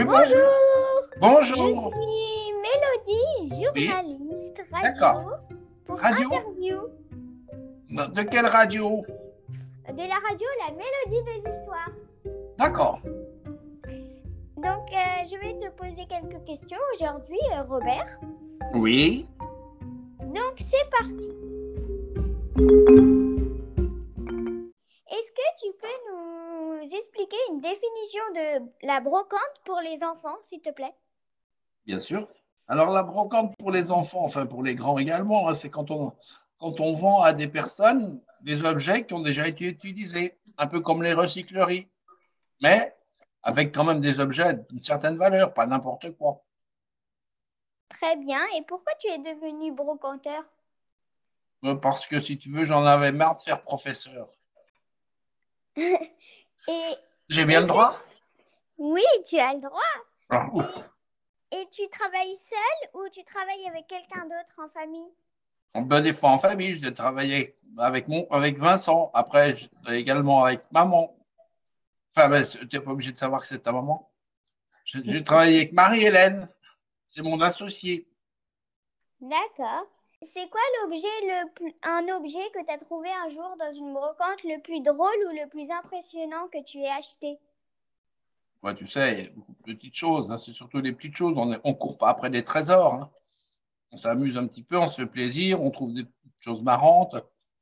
Oui, bonjour. Bonjour, je Bonjour. suis Mélodie, Oui, journaliste radio d'accord. pour Radio? Interview De quelle radio? de la radio La Mélodie des Histoires. D'accord. Donc, je vais te poser quelques questions aujourd'hui, Robert. Oui. Donc, c'est parti. Est-ce que tu peux nous expliquer une définition de la brocante pour les enfants, s'il te plaît? Bien sûr. Alors, la brocante pour les enfants, enfin pour les grands également, hein, c'est quand on vend à des personnes des objets qui ont déjà été utilisés, un peu comme les recycleries, mais avec quand même des objets d'une certaine valeur, pas n'importe quoi. Très bien. Et pourquoi tu es devenu brocanteur? Parce que si tu veux, j'en avais marre de faire professeur. Et, J'ai bien et le droit? oui, tu as le droit. Ah, ouf. Et tu travailles seul ou tu travailles avec quelqu'un d'autre en famille? Ben, des fois en famille, j'ai travaillé avec Vincent. Après, j'étais également avec maman. Enfin, ben, tu n'es pas obligé de savoir que c'est ta maman. J'ai travaillé avec Marie-Hélène. C'est mon associé. D'accord. C'est quoi un objet que tu as trouvé un jour dans une brocante le plus drôle ou le plus impressionnant que tu aies acheté? Ouais, tu sais, il y a beaucoup de petites choses, hein. C'est surtout des petites choses. On court pas après des trésors, hein. On s'amuse un petit peu, on se fait plaisir, on trouve des petites choses marrantes,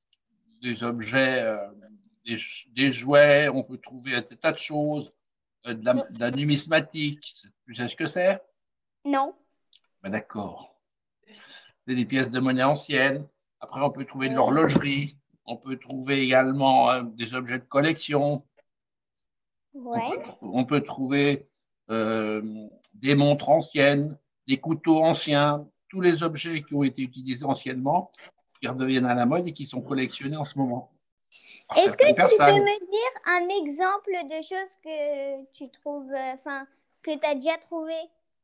des objets, des, des jouets. On peut trouver des tas de choses, de la numismatique. Tu sais ce que c'est? Non. Ben, d'accord. C'est des pièces de monnaie anciennes. Après, on peut trouver de Oh. l'horlogerie. On peut trouver également des objets de collection. Ouais. On peut trouver euh, des montres anciennes, des couteaux anciens, tous les objets qui ont été utilisés anciennement, qui redeviennent à la mode et qui sont collectionnés en ce moment par Est-ce certaines que tu peux personnes. me dire un exemple de choses que tu trouves, que tu as déjà trouvé?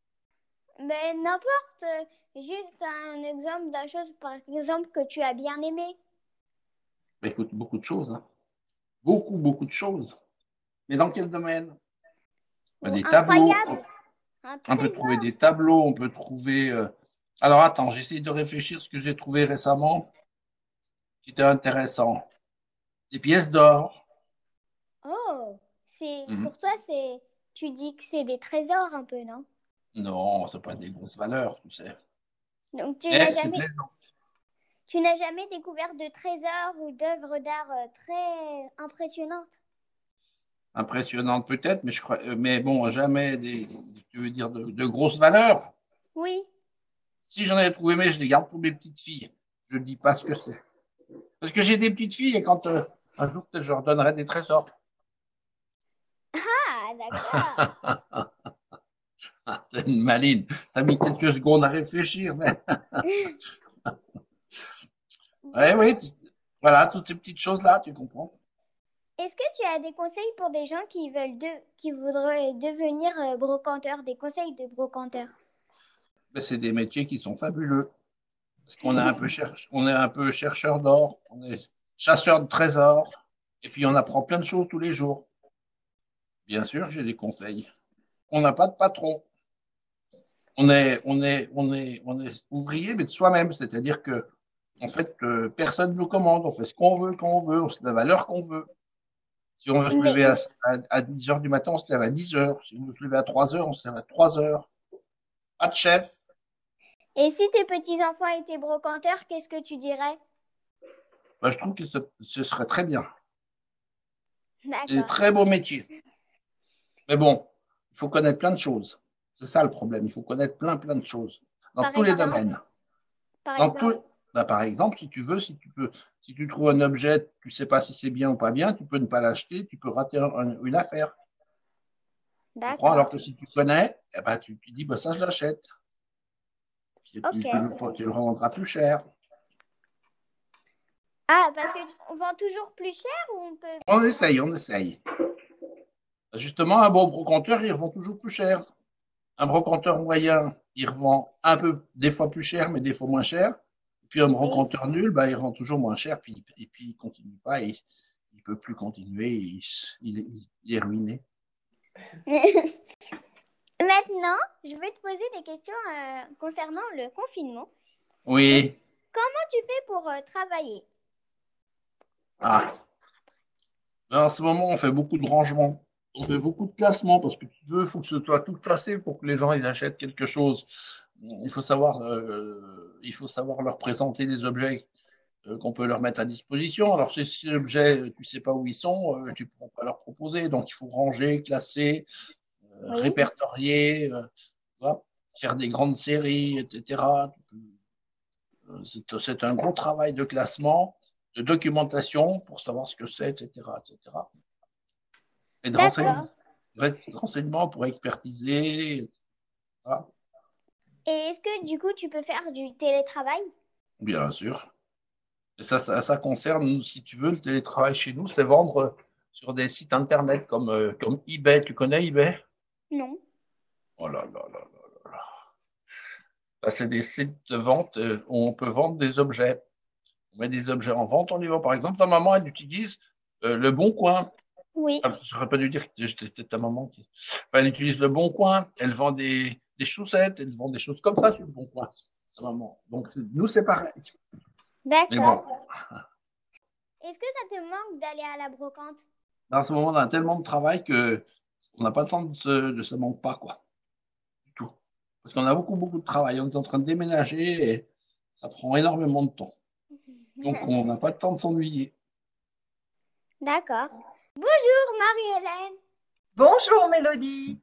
Mais n'importe, juste un exemple d'une chose, par exemple, que tu as bien aimé. Ben, écoute, beaucoup de choses, hein. Beaucoup, beaucoup de choses. Mais dans quel domaine? Ben, Ou des tableaux. incroyable, un On peut trouver trésor. des tableaux, on peut trouver. Alors attends, j'essaie de réfléchir à ce que j'ai trouvé récemment qui était intéressant. Des pièces d'or. Oh, Mhm. pour toi, tu dis que c'est des trésors un peu, non? Non, c'est pas des grosses valeurs, tu sais. Donc Mais c'est plaisant. tu n'as jamais découvert de trésors ou d'œuvres d'art très impressionnantes? Impressionnante peut-être, mais mais bon, jamais tu veux dire de grosses valeurs. Oui. Si j'en avais trouvé, mais je les garde pour mes petites filles. Je ne dis pas ce que c'est. Parce que j'ai des petites filles et quand un jour peut-être je leur donnerai des trésors. Ah, d'accord. T'es une maline. T'as mis quelques secondes à réfléchir, mais ouais, Bon, oui, voilà, toutes ces petites choses-là, tu comprends. est-ce que tu as des conseils pour des gens qui voudraient devenir brocanteurs, des conseils de brocanteurs? Ben, c'est des métiers qui sont fabuleux. Parce qu'on est on est un peu chercheur d'or, on est chasseur de trésors, et puis on apprend plein de choses tous les jours. Bien sûr, j'ai des conseils. On n'a pas de patron. On est ouvrier, mais de soi-même. C'est-à-dire que, en fait, personne ne nous commande. On fait ce qu'on veut, quand on veut. On se lève à l'heure qu'on veut. Si on veut se Mais, lever à 10 heures du matin, on se lève à 10 heures. Si on veut se lever à 3 heures, on se lève à 3 heures. Pas de chef. et si tes petits-enfants étaient brocanteurs, qu'est-ce que tu dirais? Ben, je trouve que ce serait très bien. C'est des D'accord. très beaux métiers. Mais bon, il faut connaître plein de choses. C'est ça le problème. Il faut connaître plein de choses. Dans Par tous les exemple, domaines. par Dans tout, exemple. bah, par exemple, si tu veux, si tu trouves un objet, tu ne sais pas si c'est bien ou pas bien, tu peux ne pas l'acheter, tu peux rater une affaire. Tu comprends? Alors D'accord. que si tu connais, eh ben, tu dis, bah, ça, je l'achète. Puis Ok. tu le revendras plus cher. Ah, parce qu'on vend toujours plus cher ou on peut... On essaye, on essaye. Justement, un bon brocanteur, il revend toujours plus cher. Un brocanteur moyen, il revend un peu, des fois plus cher, mais des fois moins cher. Puis un Oui. brocanteur nul, bah, il rend toujours moins cher, et puis il continue pas, et il peut plus continuer, il est ruiné. Mais Maintenant, je vais te poser des questions concernant le confinement. Oui. Comment tu fais pour travailler? Ah. En ce moment, on fait beaucoup de rangements. On fait beaucoup de classements parce que tu veux, il faut que ce soit tout classé pour que les gens ils achètent quelque chose. Il faut savoir leur présenter des objets qu'on peut leur mettre à disposition. Alors, ces objets, tu ne sais pas où ils sont, tu ne pourras pas leur proposer. Donc, il faut ranger, classer, Oui. répertorier, faire des grandes séries, etc. C'est un gros travail de classement, de documentation pour savoir ce que c'est, etc., etc. Et de renseignements pour expertiser, etc. Et est-ce que du coup, tu peux faire du télétravail? Bien sûr. Et ça concerne, si tu veux, le télétravail chez nous, c'est vendre sur des sites internet comme eBay. Tu connais eBay? Non. Oh là là là là là. Ça, c'est des sites de vente où on peut vendre des objets. On met des objets en vente, on y va. Par exemple, ta maman, elle utilise le Bon Coin. Oui. Ah, j'aurais pas dû dire que c'était ta maman qui. Enfin, elle utilise le Bon Coin. Elle vend des chaussettes. Elle vend des choses comme ça sur le Bon Coin. Ta maman. Donc, nous, c'est pareil. Mais bon, D'accord. Est-ce que ça te manque d'aller à la brocante? en ce moment, on a tellement de travail que on n'a pas le temps de ça manque pas, quoi. Du tout. Parce qu'on a beaucoup, beaucoup de travail. On est en train de déménager et ça prend énormément de temps. Donc, on n'a pas de temps de s'ennuyer. D'accord. Bonjour Marie-Hélène. Bonjour Mélodie.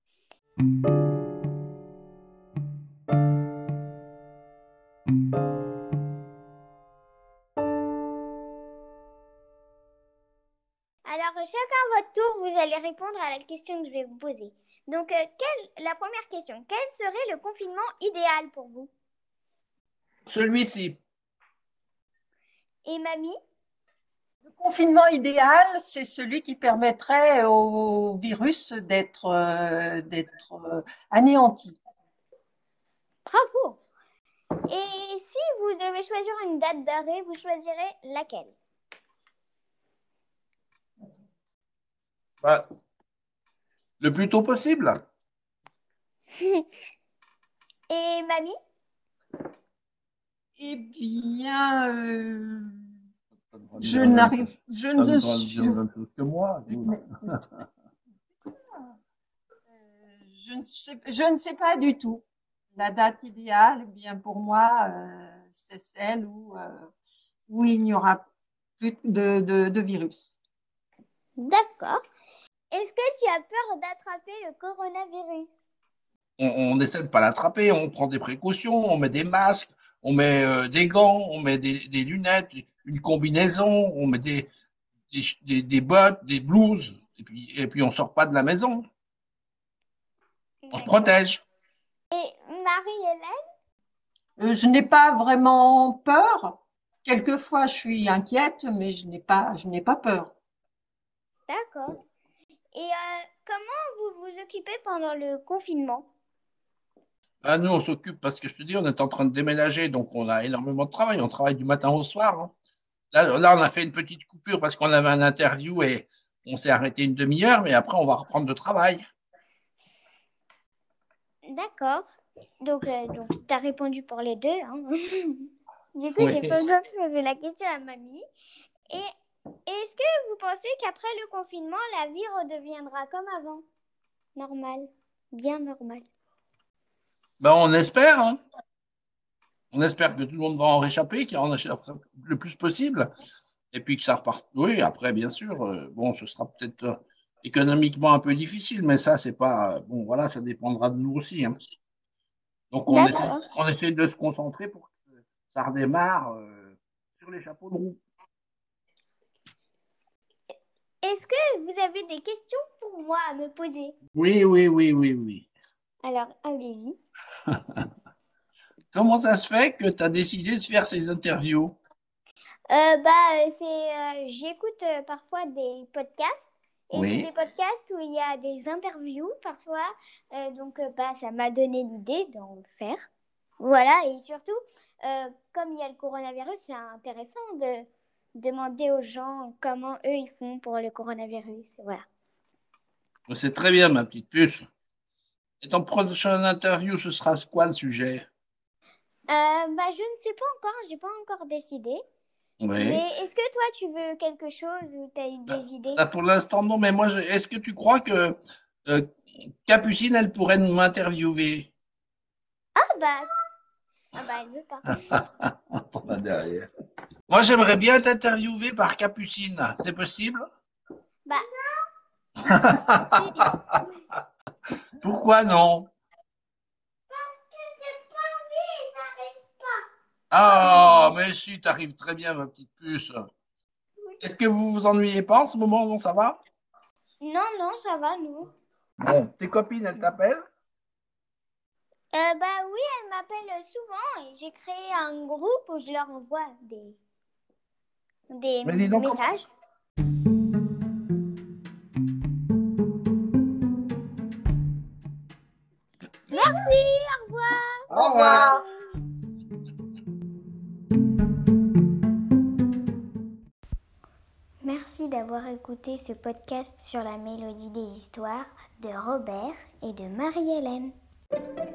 Alors, chacun à votre tour, vous allez répondre à la question que je vais vous poser. Donc, la première question, quel serait le confinement idéal pour vous? Celui-ci, Et mamie? Le confinement idéal, c'est celui qui permettrait au virus d'être anéanti. Bravo. Et si vous devez choisir une date d'arrêt, vous choisirez laquelle? bah, le plus tôt possible. Et mamie? Eh bien, je Ça n'arrive, je ne ne, pas dire la même chose que moi. je ne sais pas du tout. La date idéale, eh bien pour moi, c'est celle où il n'y aura plus de virus. D'accord. Est-ce que tu as peur d'attraper le coronavirus? On essaie de ne pas l'attraper, on prend des précautions, on met des masques, on met des gants, on met des lunettes, une combinaison, on met des bottes, des blouses, et puis on ne sort pas de la maison. On se D'accord. protège. Et Marie-Hélène? Je n'ai pas vraiment peur. Quelquefois, je suis inquiète, mais je n'ai pas peur. D'accord. Et comment vous vous occupez pendant le confinement? Ah, nous, on s'occupe parce que je te dis, on est en train de déménager, donc on a énormément de travail. On travaille du matin au soir, hein. Là, on a fait une petite coupure parce qu'on avait un interview et on s'est arrêté une demi-heure, mais après, on va reprendre le travail. D'accord. Donc tu as répondu pour les deux, hein. Du coup, j'ai pas Oui. besoin de poser la question à mamie. Et est-ce que vous pensez qu'après le confinement, la vie redeviendra comme avant? Normal. Bien normal. Ben, on espère, hein. On espère que tout le monde va en réchapper, qu'il en échappe le plus possible, et puis que ça reparte. Oui, après, bien sûr, bon, ce sera peut-être économiquement un peu difficile, mais ça, c'est pas. Bon, voilà, ça dépendra de nous aussi, hein. Donc, D'accord. on essaie de se concentrer pour que ça redémarre sur les chapeaux de roue. Est-ce que vous avez des questions pour moi à me poser? Oui, oui, oui, oui, oui. Alors, allez-y. Comment ça se fait que tu as décidé de faire ces interviews? J'écoute parfois des podcasts et c'est des Oui. podcasts où il y a des interviews parfois. Ça m'a donné l'idée d'en faire. Voilà, et surtout, comme il y a le coronavirus, c'est intéressant de demander aux gens comment eux ils font pour le coronavirus. Voilà. C'est très bien, ma petite puce. Et ton prochain interview, ce sera quoi le sujet? Bah, je ne sais pas encore, j'ai pas encore décidé. Oui. Mais est-ce que toi, tu veux quelque chose ou tu as eu des idées? Pour l'instant, non, mais moi, est-ce que tu crois que euh, Capucine, elle pourrait m'interviewer? Bah, elle veut pas. Là derrière. Moi, j'aimerais bien être interviewé par Capucine. C'est possible? Bah, Pourquoi non? Ah, mais si, t'arrives très bien, ma petite puce. Est-ce que vous vous ennuyez pas en ce moment? Non, ça va? non, ça va, nous. Bon, tes copines, elles t'appellent? Bah oui, elle m'appelle souvent et j'ai créé un groupe où je leur envoie des Mais dis donc, messages. Merci, au revoir. Au revoir. Merci d'avoir écouté ce podcast sur la mélodie des histoires de Robert et de Marie-Hélène.